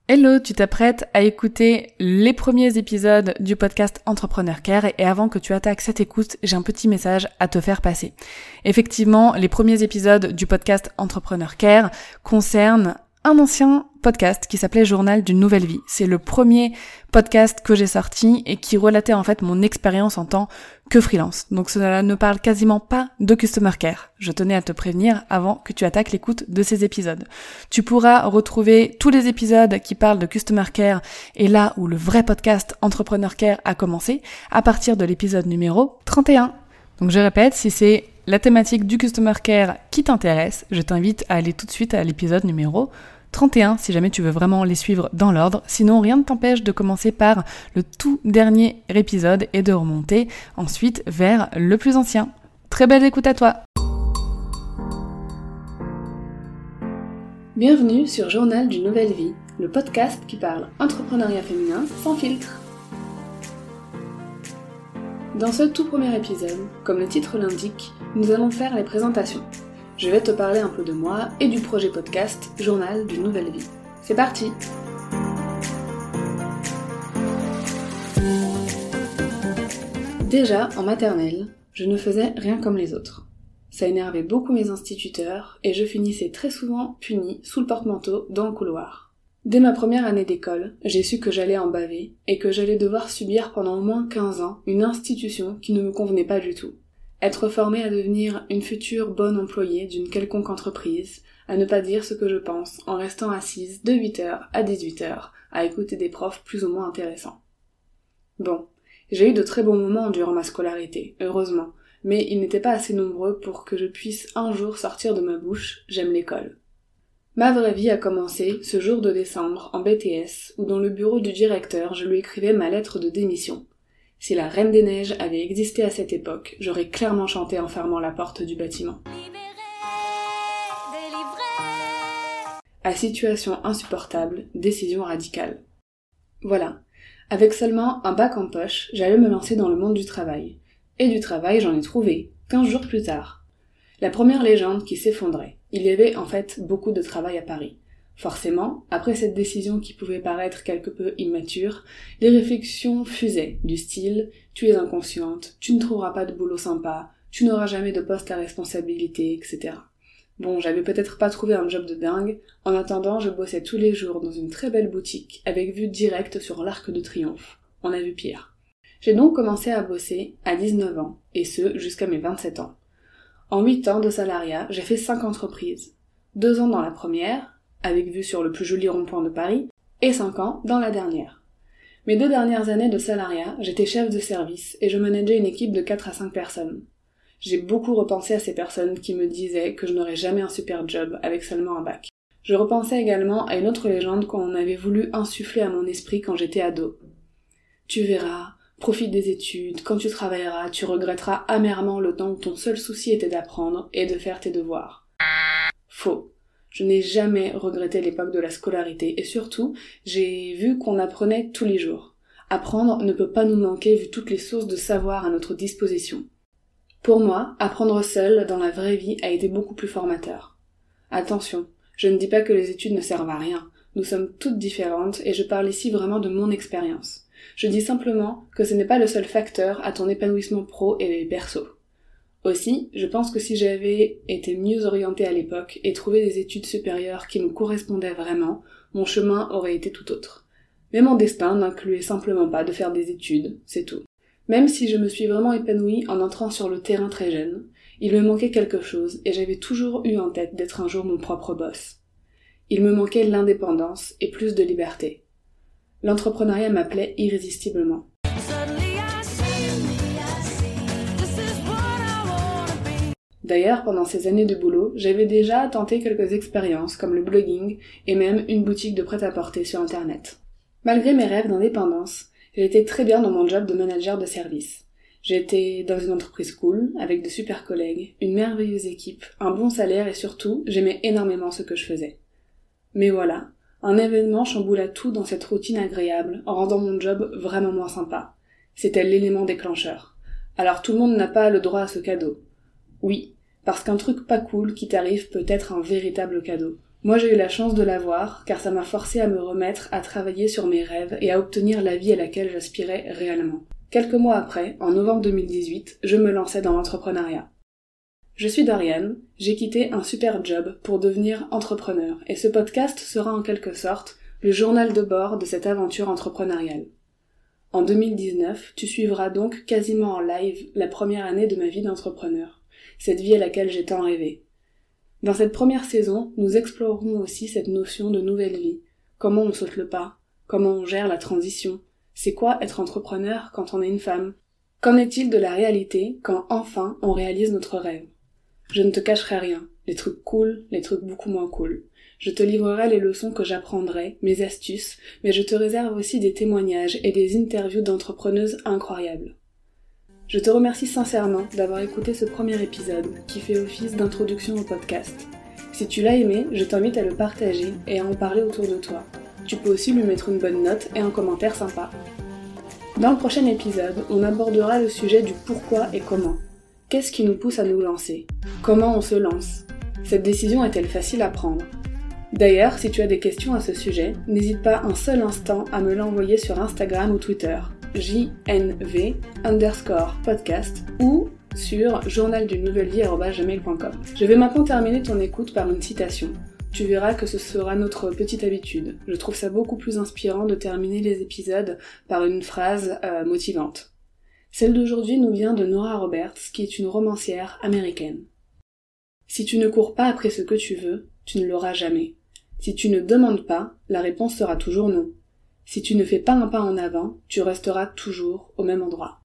Hello, tu t'apprêtes à écouter les premiers épisodes du podcast Entrepreneur Care et avant que tu attaques cette écoute, j'ai un petit message à te faire passer. Effectivement, les premiers épisodes du podcast Entrepreneur Care concernent un ancien podcast qui s'appelait Journal d'une nouvelle vie. C'est le premier podcast que j'ai sorti et qui relatait en fait mon expérience en tant que freelance. Donc cela ne parle quasiment pas de Customer Care. Je tenais à te prévenir avant que tu attaques l'écoute de ces épisodes. Tu pourras retrouver tous les épisodes qui parlent de Customer Care et là où le vrai podcast Entrepreneur Care a commencé, à partir de l'épisode numéro 31. Donc je répète, si c'est la thématique du Customer Care qui t'intéresse, je t'invite à aller tout de suite à l'épisode numéro 31 si jamais tu veux vraiment les suivre dans l'ordre. Sinon, rien ne t'empêche de commencer par le tout dernier épisode et de remonter ensuite vers le plus ancien. Très belle écoute à toi! Bienvenue sur Journal d'une nouvelle vie, le podcast qui parle entrepreneuriat féminin sans filtre. Dans ce tout premier épisode, comme le titre l'indique, nous allons faire les présentations. Je vais te parler un peu de moi et du projet podcast Journal d'une nouvelle vie. C'est parti! Déjà, en maternelle, je ne faisais rien comme les autres. Ça énervait beaucoup mes instituteurs et je finissais très souvent punie sous le porte-manteau dans le couloir. Dès ma première année d'école, j'ai su que j'allais en baver et que j'allais devoir subir pendant au moins 15 ans une institution qui ne me convenait pas du tout. Être formée à devenir une future bonne employée d'une quelconque entreprise, à ne pas dire ce que je pense en restant assise de 8h à 18h à écouter des profs plus ou moins intéressants. Bon, j'ai eu de très bons moments durant ma scolarité, heureusement, mais ils n'étaient pas assez nombreux pour que je puisse un jour sortir de ma bouche « j'aime l'école ». Ma vraie vie a commencé ce jour de décembre en BTS où dans le bureau du directeur je lui écrivais ma lettre de démission. Si la Reine des Neiges avait existé à cette époque, j'aurais clairement chanté en fermant la porte du bâtiment. À situation insupportable, décision radicale. Voilà. Avec seulement un bac en poche, j'allais me lancer dans le monde du travail. Et du travail, j'en ai trouvé, 15 jours plus tard. La première légende qui s'effondrait. Il y avait en fait beaucoup de travail à Paris. Forcément, après cette décision qui pouvait paraître quelque peu immature, les réflexions fusaient, du style « tu es inconsciente, tu ne trouveras pas de boulot sympa, tu n'auras jamais de poste à responsabilité, etc. » Bon, j'avais peut-être pas trouvé un job de dingue, en attendant je bossais tous les jours dans une très belle boutique avec vue directe sur l'Arc de Triomphe. On a vu pire. J'ai donc commencé à bosser à 19 ans, et ce jusqu'à mes 27 ans. En 8 ans de salariat, j'ai fait 5 entreprises. 2 ans dans la première, avec vue sur le plus joli rond-point de Paris, et 5 ans dans la dernière. Mes 2 dernières années de salariat, j'étais chef de service et je manageais une équipe de 4 à 5 personnes. J'ai beaucoup repensé à ces personnes qui me disaient que je n'aurais jamais un super job avec seulement un bac. Je repensais également à une autre légende qu'on avait voulu insuffler à mon esprit quand j'étais ado. Tu verras, profite des études, quand tu travailleras, tu regretteras amèrement le temps où ton seul souci était d'apprendre et de faire tes devoirs. Faux. Je n'ai jamais regretté l'époque de la scolarité et surtout, j'ai vu qu'on apprenait tous les jours. Apprendre ne peut pas nous manquer vu toutes les sources de savoir à notre disposition. Pour moi, apprendre seul dans la vraie vie a été beaucoup plus formateur. Attention, je ne dis pas que les études ne servent à rien. Nous sommes toutes différentes et je parle ici vraiment de mon expérience. Je dis simplement que ce n'est pas le seul facteur à ton épanouissement pro et perso. Aussi, je pense que si j'avais été mieux orientée à l'époque et trouvé des études supérieures qui me correspondaient vraiment, mon chemin aurait été tout autre. Mais mon destin n'incluait simplement pas de faire des études, c'est tout. Même si je me suis vraiment épanouie en entrant sur le terrain très jeune, il me manquait quelque chose et j'avais toujours eu en tête d'être un jour mon propre boss. Il me manquait l'indépendance et plus de liberté. L'entrepreneuriat m'appelait irrésistiblement. D'ailleurs, pendant ces années de boulot, j'avais déjà tenté quelques expériences comme le blogging et même une boutique de prêt-à-porter sur internet. Malgré mes rêves d'indépendance, j'étais très bien dans mon job de manager de service. J'étais dans une entreprise cool, avec de super collègues, une merveilleuse équipe, un bon salaire et surtout, j'aimais énormément ce que je faisais. Mais voilà, un événement chamboula tout dans cette routine agréable, en rendant mon job vraiment moins sympa. C'était l'élément déclencheur. Alors tout le monde n'a pas le droit à ce cadeau. Oui, parce qu'un truc pas cool qui t'arrive peut être un véritable cadeau. Moi j'ai eu la chance de l'avoir, car ça m'a forcé à me remettre à travailler sur mes rêves et à obtenir la vie à laquelle j'aspirais réellement. Quelques mois après, en novembre 2018, je me lançais dans l'entrepreneuriat. Je suis Doriane, j'ai quitté un super job pour devenir entrepreneur, et ce podcast sera en quelque sorte le journal de bord de cette aventure entrepreneuriale. En 2019, tu suivras donc quasiment en live la première année de ma vie d'entrepreneur, cette vie à laquelle j'ai tant rêvé. Dans cette première saison, nous explorerons aussi cette notion de nouvelle vie, comment on saute le pas, comment on gère la transition, c'est quoi être entrepreneur quand on est une femme, qu'en est-il de la réalité quand enfin on réalise notre rêve. Je ne te cacherai rien, les trucs cool, les trucs beaucoup moins cool. Je te livrerai les leçons que j'apprendrai, mes astuces, mais je te réserve aussi des témoignages et des interviews d'entrepreneuses incroyables. Je te remercie sincèrement d'avoir écouté ce premier épisode qui fait office d'introduction au podcast. Si tu l'as aimé, je t'invite à le partager et à en parler autour de toi. Tu peux aussi lui mettre une bonne note et un commentaire sympa. Dans le prochain épisode, on abordera le sujet du pourquoi et comment. Qu'est-ce qui nous pousse à nous lancer? Comment on se lance? Cette décision est-elle facile à prendre? D'ailleurs, si tu as des questions à ce sujet, n'hésite pas un seul instant à me l'envoyer sur Instagram ou Twitter, jnv_podcast ou sur journaldunenouvellevie@gmail.com. Je vais maintenant terminer ton écoute par une citation. Tu verras que ce sera notre petite habitude. Je trouve ça beaucoup plus inspirant de terminer les épisodes par une phrase motivante. Celle d'aujourd'hui nous vient de Nora Roberts, qui est une romancière américaine. Si tu ne cours pas après ce que tu veux, tu ne l'auras jamais. Si tu ne demandes pas, la réponse sera toujours non. Si tu ne fais pas un pas en avant, tu resteras toujours au même endroit.